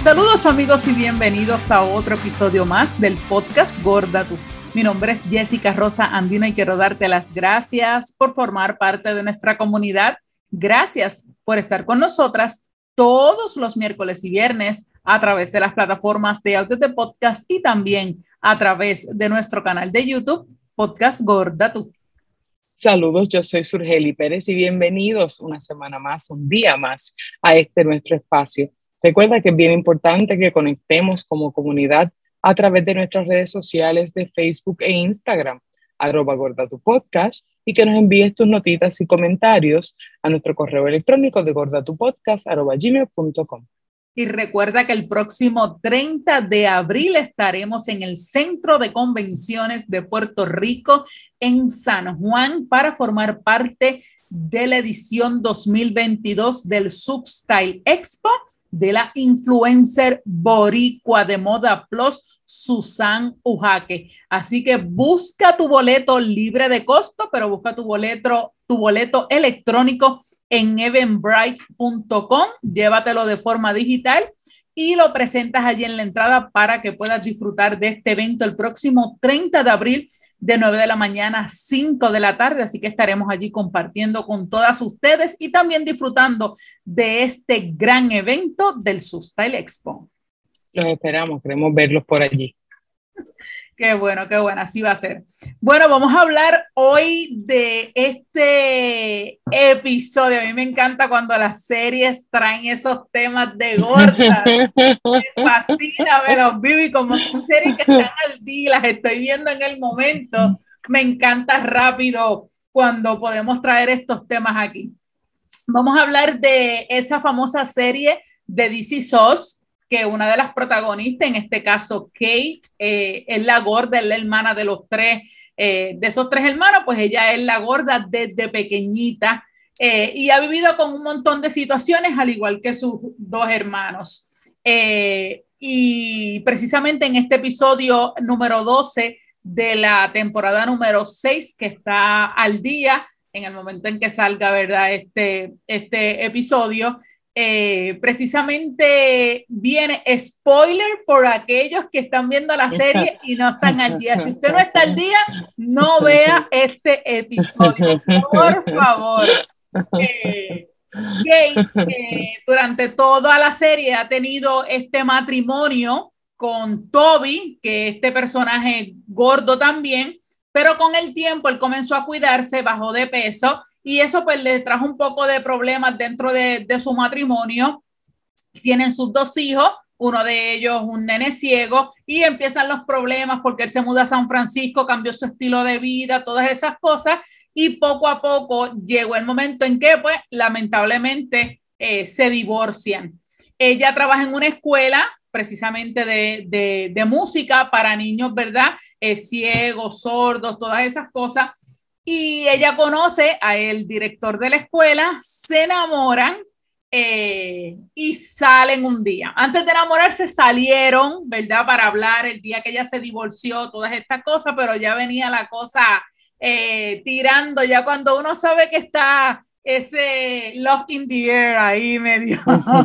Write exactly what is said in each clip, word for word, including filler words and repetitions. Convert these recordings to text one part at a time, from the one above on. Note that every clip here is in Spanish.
Saludos amigos y bienvenidos a otro episodio más del podcast Gorda Tú. Mi nombre es Jessica Rosa Andino y quiero darte las gracias por formar parte de nuestra comunidad. Gracias por estar con nosotras todos los miércoles y viernes a través de las plataformas de audio de podcast y también a través de nuestro canal de YouTube, Podcast Gorda Tú. Saludos, yo soy Surgeli Pérez y bienvenidos una semana más, un día más a este nuestro espacio. Recuerda que es bien importante que conectemos como comunidad a través de nuestras redes sociales de Facebook e Instagram, arroba Gorda Tu Podcast, y que nos envíes tus notitas y comentarios a nuestro correo electrónico de gordatupodcast arroba gmail punto com. Y recuerda que el próximo treinta de abril estaremos en el Centro de Convenciones de Puerto Rico en San Juan para formar parte de la edición dos mil veintidós del Substyle Expo de la influencer boricua de Moda Plus, Susan Ujaque. Así que busca tu boleto libre de costo, pero busca tu boleto, tu boleto electrónico en eventbrite punto com, llévatelo de forma digital y lo presentas allí en la entrada para que puedas disfrutar de este evento el próximo treinta de abril de nueve de la mañana a cinco de la tarde, así que estaremos allí compartiendo con todas ustedes y también disfrutando de este gran evento del Substyle Expo. Los esperamos, queremos verlos por allí. Qué bueno, qué bueno, así va a ser. Bueno, vamos a hablar hoy de este episodio. A mí me encanta cuando las series traen esos temas de gordas. Me fascina ver los vivo y como son series que están al día, las estoy viendo en el momento. Me encanta rápido cuando podemos traer estos temas aquí. Vamos a hablar de esa famosa serie de This Is Us, que una de las protagonistas, en este caso Kate, eh, es la gorda, es la hermana de los tres, eh, de esos tres hermanos, pues ella es la gorda desde pequeñita eh, y ha vivido con un montón de situaciones, al igual que sus dos hermanos. Eh, y precisamente en este episodio número doce de la temporada número seis, que está al día en el momento en que salga, ¿verdad? Este, este episodio, Eh, precisamente viene spoiler por aquellos que están viendo la serie y no están al día. Si usted no está al día, no vea este episodio, por favor. Eh, Kate, eh, durante toda la serie ha tenido este matrimonio con Toby, que este personaje gordo también, pero con el tiempo él comenzó a cuidarse, bajó de peso, y eso pues le trajo un poco de problemas dentro de, de su matrimonio. Tienen sus dos hijos, uno de ellos un nene ciego, y empiezan los problemas porque él se muda a San Francisco, cambió su estilo de vida, todas esas cosas, y poco a poco llegó el momento en que pues lamentablemente eh, se divorcian. Ella trabaja en una escuela precisamente de, de, de música para niños, ¿verdad? Eh, ciegos, sordos, todas esas cosas. Y ella conoce al director de la escuela, se enamoran eh, y salen un día. Antes de enamorarse salieron, ¿verdad? Para hablar el día que ella se divorció, todas estas cosas, pero ya venía la cosa eh, tirando, ya cuando uno sabe que está ese love in the air ahí medio.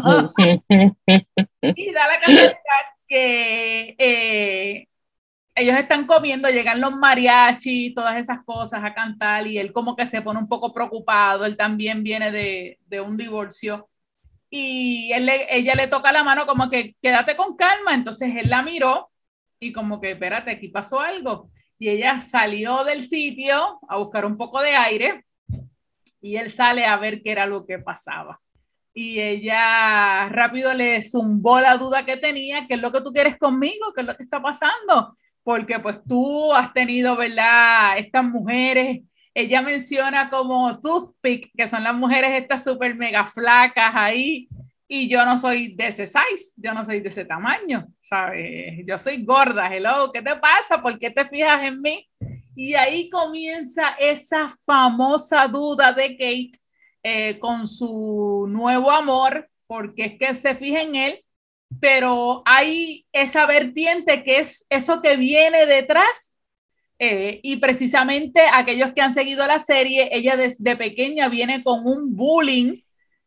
Y da la casualidad que eh, ellos están comiendo, llegan los mariachis, todas esas cosas a cantar, y él como que se pone un poco preocupado. Él también viene de, de un divorcio y él le, ella le toca la mano como que quédate con calma. Entonces él la miró y como que espérate, aquí pasó algo, y ella salió del sitio a buscar un poco de aire y él sale a ver qué era lo que pasaba. Y ella rápido le zumbó la duda que tenía: ¿qué es lo que tú quieres conmigo? ¿Qué es lo que está pasando? Porque pues tú has tenido, ¿verdad? Estas mujeres, ella menciona como toothpick, que son las mujeres estas súper mega flacas ahí, y yo no soy de ese size, yo no soy de ese tamaño, ¿sabes? Yo soy gorda, hello, ¿qué te pasa? ¿Por qué te fijas en mí? Y ahí comienza esa famosa duda de Kate eh, con su nuevo amor, porque es que se fija en él, pero hay esa vertiente que es eso que viene detrás. Eh, y precisamente aquellos que han seguido la serie, ella desde pequeña viene con un bullying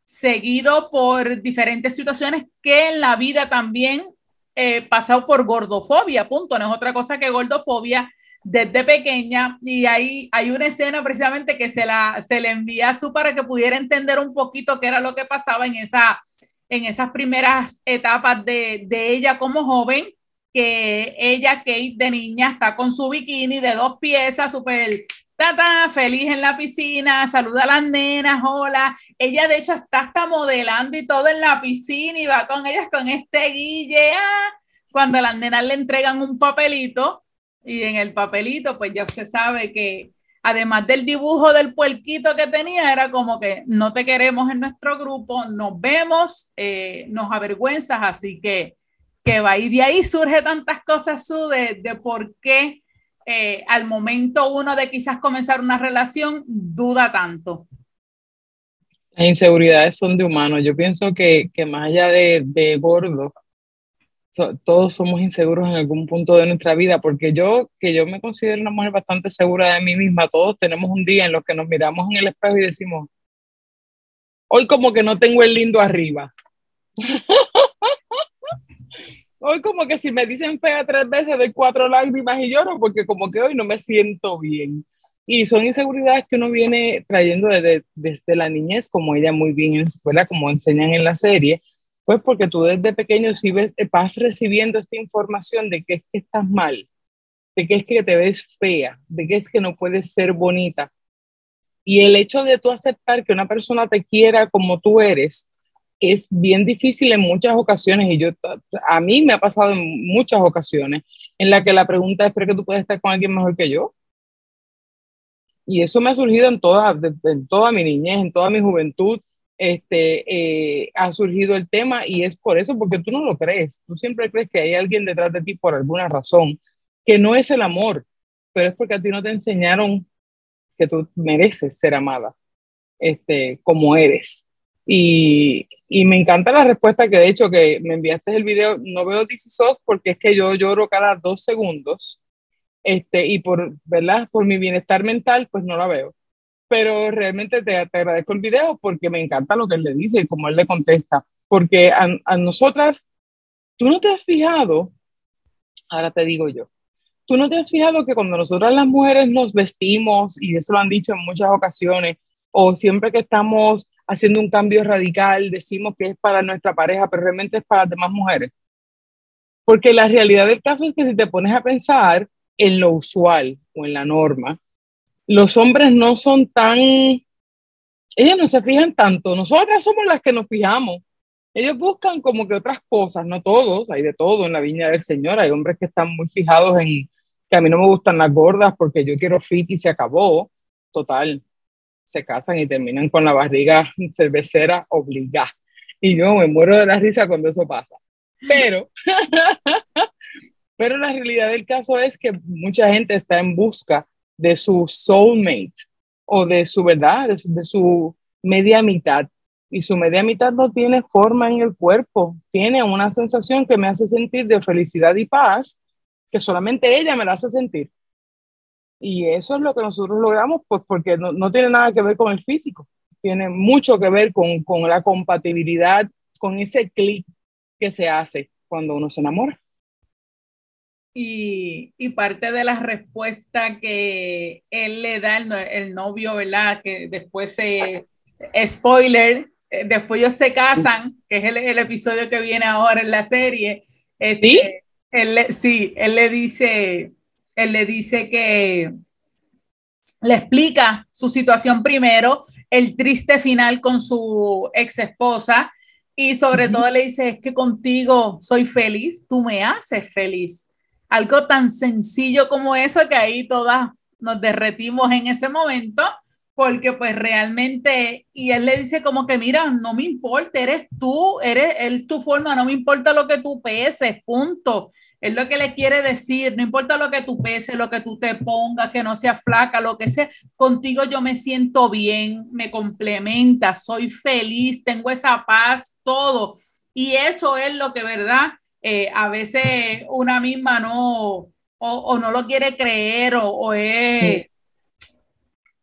seguido por diferentes situaciones que en la vida también eh, pasado por gordofobia, punto, no es otra cosa que gordofobia desde pequeña, y ahí hay una escena precisamente que se, la, se le envía a Sue para que pudiera entender un poquito qué era lo que pasaba en, esa, en esas primeras etapas de, de ella como joven, que ella, Kate, de niña, está con su bikini de dos piezas, súper tata, feliz en la piscina, saluda a las nenas, hola. Ella de hecho está hasta modelando y todo en la piscina y va con ellas con este guille. Ah, cuando las nenas le entregan un papelito y en el papelito pues ya usted sabe que además del dibujo del puerquito que tenía, era como que no te queremos en nuestro grupo, nos vemos, eh, nos avergüenzas, así que, que va. Y de ahí surge tantas cosas, Su, de, de por qué Eh, al momento uno de quizás comenzar una relación, duda tanto. Las inseguridades son de humanos. Yo pienso que, que más allá de, de gordo, so, todos somos inseguros en algún punto de nuestra vida, porque yo, que yo me considero una mujer bastante segura de mí misma, todos tenemos un día en los que nos miramos en el espejo y decimos, hoy como que no tengo el lindo arriba. Hoy como que si me dicen fea tres veces doy cuatro lágrimas y lloro porque como que hoy no me siento bien. Y son inseguridades que uno viene trayendo desde, desde la niñez, como ella muy bien en la escuela, como enseñan en la serie, pues porque tú desde pequeño sí ves, vas recibiendo esta información de que es que estás mal, de que es que te ves fea, de que es que no puedes ser bonita. Y el hecho de tú aceptar que una persona te quiera como tú eres, es bien difícil en muchas ocasiones, y yo, a mí me ha pasado en muchas ocasiones, en la que la pregunta es, ¿pero que tú puedes estar con alguien mejor que yo? Y eso me ha surgido en toda, en toda mi niñez, en toda mi juventud, este, eh, ha surgido el tema, y es por eso, porque tú no lo crees, tú siempre crees que hay alguien detrás de ti por alguna razón, que no es el amor, pero es porque a ti no te enseñaron que tú mereces ser amada, este, como eres. Y, y me encanta la respuesta que de hecho que me enviaste el video. No veo This Is Us porque es que yo lloro cada dos segundos, este, y por, ¿verdad? Por mi bienestar mental, pues no la veo. Pero realmente te, te agradezco el video porque me encanta lo que él le dice y cómo él le contesta. Porque a, a nosotras, tú no te has fijado, ahora te digo yo, tú no te has fijado que cuando nosotras las mujeres nos vestimos, y eso lo han dicho en muchas ocasiones, o siempre que estamos haciendo un cambio radical, decimos que es para nuestra pareja, pero realmente es para las demás mujeres. Porque la realidad del caso es que si te pones a pensar en lo usual o en la norma, los hombres no son tan, ellos no se fijan tanto, nosotras somos las que nos fijamos. Ellos buscan como que otras cosas, no todos, hay de todo en la viña del Señor, hay hombres que están muy fijados en que a mí no me gustan las gordas porque yo quiero fit y se acabó, total, se casan y terminan con la barriga cervecera obligada. Y yo me muero de la risa cuando eso pasa. Pero, pero la realidad del caso es que mucha gente está en busca de su soulmate o de su verdad, de su, de su media mitad. Y su media mitad no tiene forma en el cuerpo, tiene una sensación que me hace sentir de felicidad y paz, que solamente ella me la hace sentir. Y eso es lo que nosotros logramos, pues porque no, no tiene nada que ver con el físico, tiene mucho que ver con, con la compatibilidad, con ese clic que se hace cuando uno se enamora. Y, y parte de la respuesta que él le da, el, el novio, ¿verdad? Que después se, spoiler, después ellos se casan, que es el, el episodio que viene ahora en la serie. Este, ¿Sí? él, sí, él le dice, él le dice que le explica su situación primero, el triste final con su ex esposa, y sobre uh-huh. todo le dice, es que contigo soy feliz, tú me haces feliz. Algo tan sencillo como eso, que ahí todas nos derretimos en ese momento, porque pues realmente, y él le dice como que mira, no me importa, eres tú, eres él tu forma, no me importa lo que tú peses, punto. Es lo que le quiere decir, no importa lo que tú peses, lo que tú te pongas, que no sea flaca, lo que sea, contigo yo me siento bien, me complementa, soy feliz, tengo esa paz, todo. Y eso es lo que, ¿verdad? Eh, a veces una misma no, o, o no lo quiere creer, o, o es...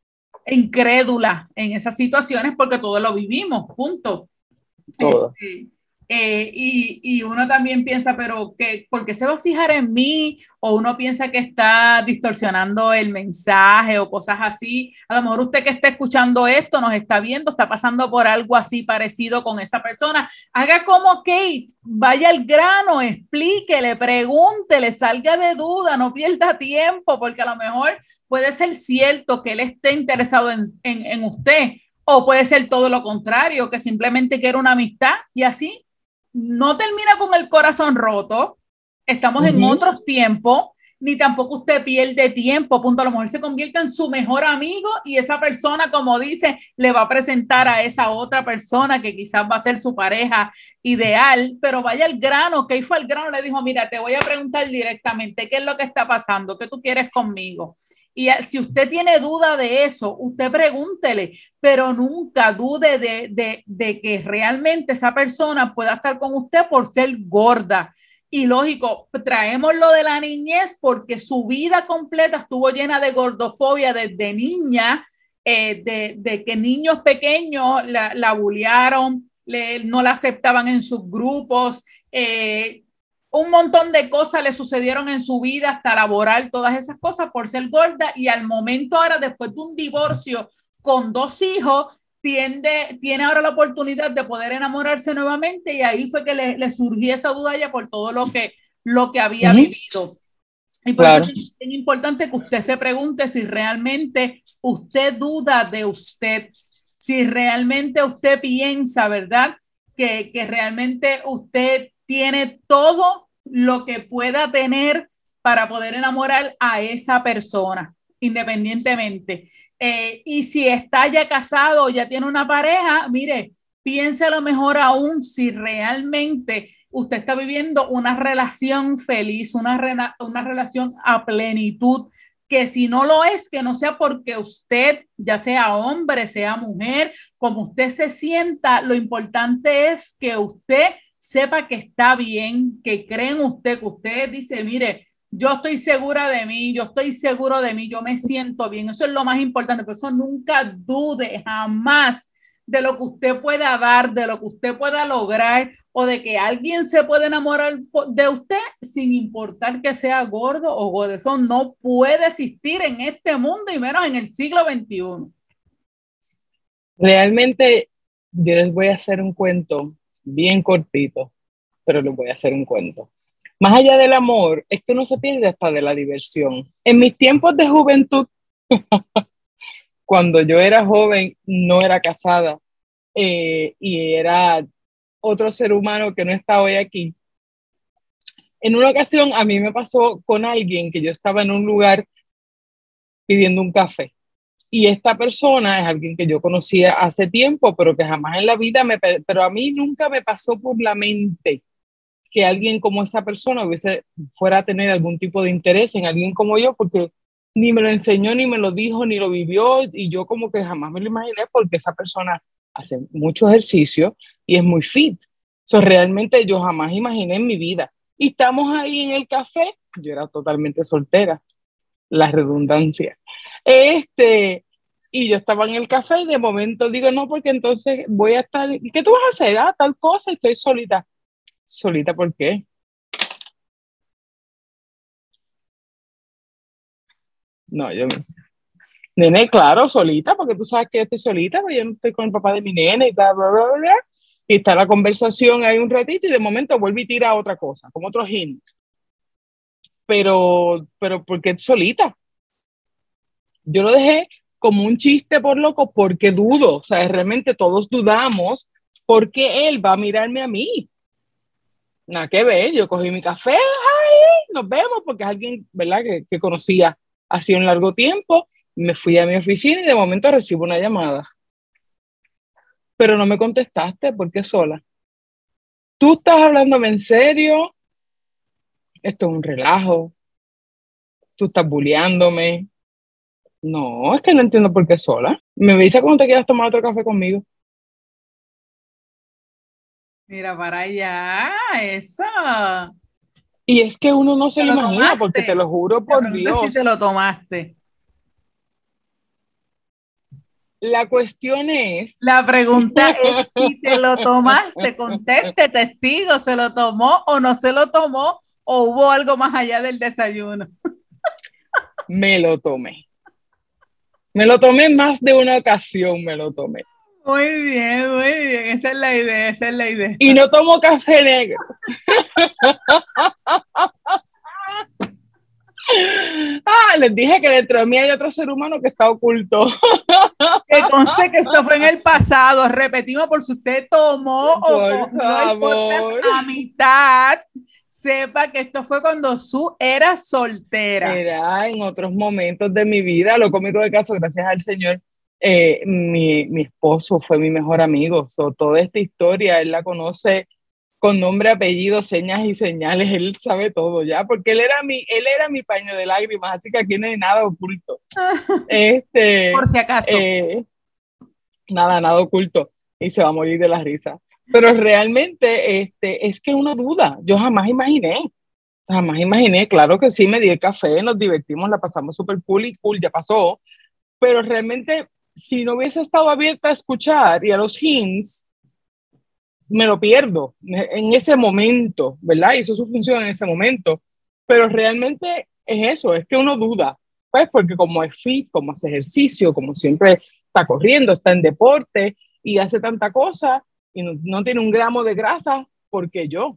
incrédula en esas situaciones porque todos lo vivimos, punto. Todo. Este, eh, y, y uno también piensa, pero ¿qué, ¿por qué se va a fijar en mí? O uno piensa que está distorsionando el mensaje o cosas así. A lo mejor usted que está escuchando esto, nos está viendo, está pasando por algo así parecido con esa persona. Haga como Kate, vaya al grano, explíquele, pregúntele, salga de duda, no pierda tiempo, porque a lo mejor puede ser cierto que él esté interesado en, en, en usted, o puede ser todo lo contrario, que simplemente quiere una amistad y así no termina con el corazón roto. Estamos uh-huh. en otros tiempos, ni tampoco usted pierde tiempo, punto. A lo mejor se convierte en su mejor amigo y esa persona, como dice, le va a presentar a esa otra persona que quizás va a ser su pareja ideal, pero vaya al grano, que fue al grano, le dijo, mira, te voy a preguntar directamente, ¿qué es lo que está pasando? ¿Qué tú quieres conmigo? Y si usted tiene duda de eso, usted pregúntele, pero nunca dude de, de, de que realmente esa persona pueda estar con usted por ser gorda. Y lógico, traemos lo de la niñez porque su vida completa estuvo llena de gordofobia desde niña, eh, de, de que niños pequeños la, la bullearon, le, no la aceptaban en sus grupos, eh, un montón de cosas le sucedieron en su vida, hasta laboral, todas esas cosas por ser gorda, y al momento ahora, después de un divorcio con dos hijos, tiende, tiene ahora la oportunidad de poder enamorarse nuevamente, y ahí fue que le, le surgió esa duda ya por todo lo que, lo que había uh-huh. vivido. Y por claro. eso es bien importante que usted se pregunte si realmente usted duda de usted, si realmente usted piensa, ¿verdad?, que, que realmente usted tiene todo lo que pueda tener para poder enamorar a esa persona, independientemente. Eh, y si está ya casado o ya tiene una pareja, mire, piénselo mejor aún si realmente usted está viviendo una relación feliz, una, rena, una relación a plenitud, que si no lo es, que no sea porque usted, ya sea hombre, sea mujer, como usted se sienta, lo importante es que usted sepa que está bien, que cree en usted, que usted dice, mire, yo estoy segura de mí, yo estoy seguro de mí, yo me siento bien. Eso es lo más importante, por eso nunca dude jamás de lo que usted pueda dar, de lo que usted pueda lograr, o de que alguien se puede enamorar de usted sin importar que sea gordo o gordo. Eso no puede existir en este mundo y menos en el siglo veintiuno. Realmente yo les voy a hacer un cuento bien cortito, pero les voy a hacer un cuento. Más allá del amor, es que uno se pierde hasta de la diversión. En mis tiempos de juventud, cuando yo era joven, no era casada eh, y era otro ser humano que no está hoy aquí. En una ocasión a mí me pasó con alguien que yo estaba en un lugar pidiendo un café. Y esta persona es alguien que yo conocía hace tiempo, pero que jamás en la vida me... Pero a mí nunca me pasó por la mente que alguien como esa persona hubiese, fuera a tener algún tipo de interés en alguien como yo, porque ni me lo enseñó, ni me lo dijo, ni lo vivió, y yo como que jamás me lo imaginé, porque esa persona hace mucho ejercicio y es muy fit. So, realmente yo jamás imaginé en mi vida. Y estamos ahí en el café, yo era totalmente soltera, la redundancia. Este, y yo estaba en el café y de momento digo, no, porque entonces voy a estar, ¿qué tú vas a hacer? Ah, tal cosa, y estoy solita. ¿Solita por qué? No, yo me... Nene, claro, solita, porque tú sabes que yo estoy solita, porque yo no estoy con el papá de mi nene y bla, bla, bla, bla. Y está la conversación ahí un ratito y de momento vuelve y tira otra cosa, como otro hint. Pero, pero, ¿por qué solita? Yo lo dejé como un chiste por loco porque dudo, o sea, realmente todos dudamos porque él va a mirarme a mí. Nada que ver, yo cogí mi café, ay, nos vemos, porque es alguien, ¿verdad?, que, que conocía hacía un largo tiempo. Me fui a mi oficina y de momento recibo una llamada. Pero no me contestaste, ¿por qué sola? ¿Tú estás hablándome en serio? Esto es un relajo. ¿Tú estás bulleándome? No, es que no entiendo por qué sola. Me avisa cuando te quieras tomar otro café conmigo. Mira para allá, eso. Y es que uno no se lo imagina, tomaste? Porque te lo juro por Dios. Si te lo tomaste. La cuestión es... La pregunta es si te lo tomaste, conteste, testigo, ¿se lo tomó o no se lo tomó o hubo algo más allá del desayuno? Me lo tomé. Me lo tomé en más de una ocasión, me lo tomé. Muy bien, muy bien, esa es la idea, esa es la idea. Y no tomo café negro. Ah, les dije que dentro de mí hay otro ser humano que está oculto. Que conste que esto fue en el pasado. Repetimos, por si usted tomó Por o cogió el podcast a mitad, sepa que esto fue cuando Su era soltera. Era en otros momentos de mi vida. Lo cómico del caso, gracias al Señor, eh, mi, mi esposo fue mi mejor amigo. So, toda esta historia, él la conoce con nombre, apellido, señas y señales. Él sabe todo ya, porque él era mi, él era mi paño de lágrimas, así que aquí no hay nada oculto. Este, por si acaso. Eh, nada, nada oculto. Y se va a morir de la risa. Pero realmente este, es que uno duda. Yo jamás imaginé, jamás imaginé, claro que sí, me di el café, nos divertimos, la pasamos súper cool y cool, ya pasó. Pero realmente, si no hubiese estado abierta a escuchar y a los hints, me lo pierdo en ese momento, ¿verdad? Hizo su función en ese momento. Pero realmente es eso, es que uno duda. Pues porque como es fit, como hace ejercicio, como siempre está corriendo, está en deporte y hace tanta cosa y no, no tiene un gramo de grasa, ¿por qué yo?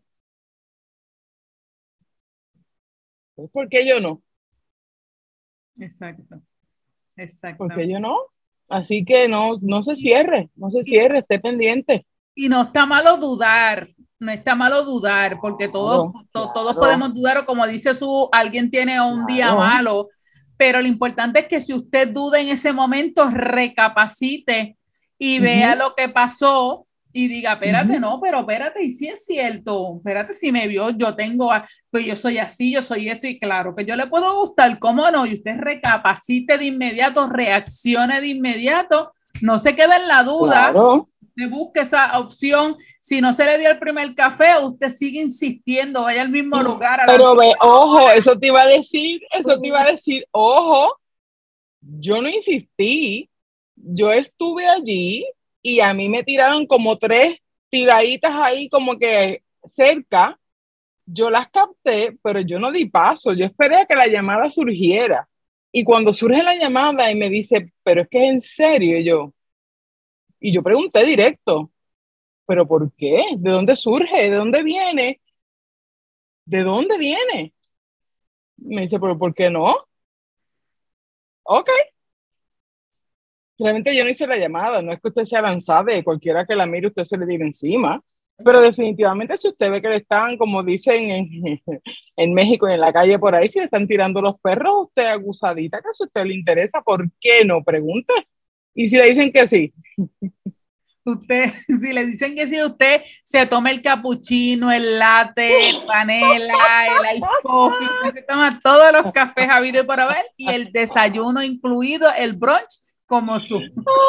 Pues ¿por qué yo no? Exacto, exacto. ¿Por qué yo no? Así que no, no se cierre, no se cierre, esté pendiente. Y no está malo dudar, no está malo dudar, porque todos, Claro, to, claro. todos podemos dudar, o como dice Su, alguien tiene un Claro. día malo, pero lo importante es que si usted duda en ese momento, recapacite y uh-huh. vea lo que pasó y diga, espérate, uh-huh. no, pero espérate, y si es cierto, espérate, si me vio, yo tengo, pues yo soy así, yo soy esto, y claro, que yo le puedo gustar, ¿cómo no? Y usted recapacite de inmediato, reaccione de inmediato, no se quede en la duda. Claro. Usted busque esa opción. Si no se le dio el primer café, usted sigue insistiendo, vaya al mismo lugar. A Pero ve, ojo, eso te iba a decir, eso te iba a decir, ojo, yo no insistí, yo estuve allí y a mí me tiraron como tres tiraditas ahí como que cerca, yo las capté, pero yo no di paso, yo esperé a que la llamada surgiera. Y cuando surge la llamada y me dice, pero es que es en serio, y yo, y yo pregunté directo, ¿pero por qué? ¿De dónde surge? ¿De dónde viene? ¿De dónde viene? Me dice, ¿pero por qué no? Ok. Realmente yo no hice la llamada, no es que usted sea lanzada de cualquiera que la mire, usted se le tire encima, pero definitivamente si usted ve que le están, como dicen en, en México y en la calle por ahí, si le están tirando los perros, usted agusadita, que si a usted le interesa, ¿por qué no? Pregunte. Y si le dicen que sí. Usted, si le dicen que sí, usted se toma el cappuccino, el latte, el panela, el ice coffee, usted se toma todos los cafés habido y por haber y el desayuno incluido, el brunch como Su.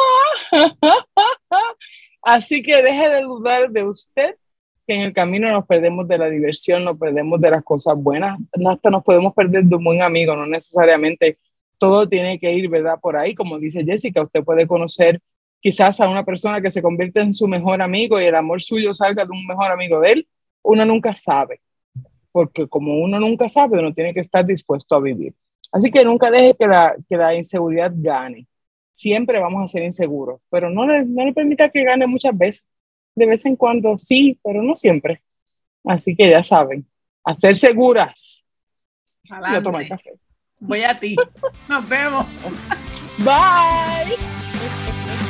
Así que deje de dudar de usted, que en el camino nos perdemos de la diversión, nos perdemos de las cosas buenas, hasta nos podemos perder de un buen amigo, no necesariamente todo tiene que ir, ¿verdad? Por ahí, como dice Jessica, usted puede conocer quizás a una persona que se convierte en su mejor amigo y el amor suyo salga de un mejor amigo de él, uno nunca sabe, porque como uno nunca sabe, uno tiene que estar dispuesto a vivir. Así que nunca deje que la, que la inseguridad gane. Siempre vamos a ser inseguros, pero no le, no le permita que gane muchas veces. De vez en cuando sí, pero no siempre. Así que ya saben, a ser seguras. Adelante. Y a tomar café. Voy a ti. Nos vemos. Bye.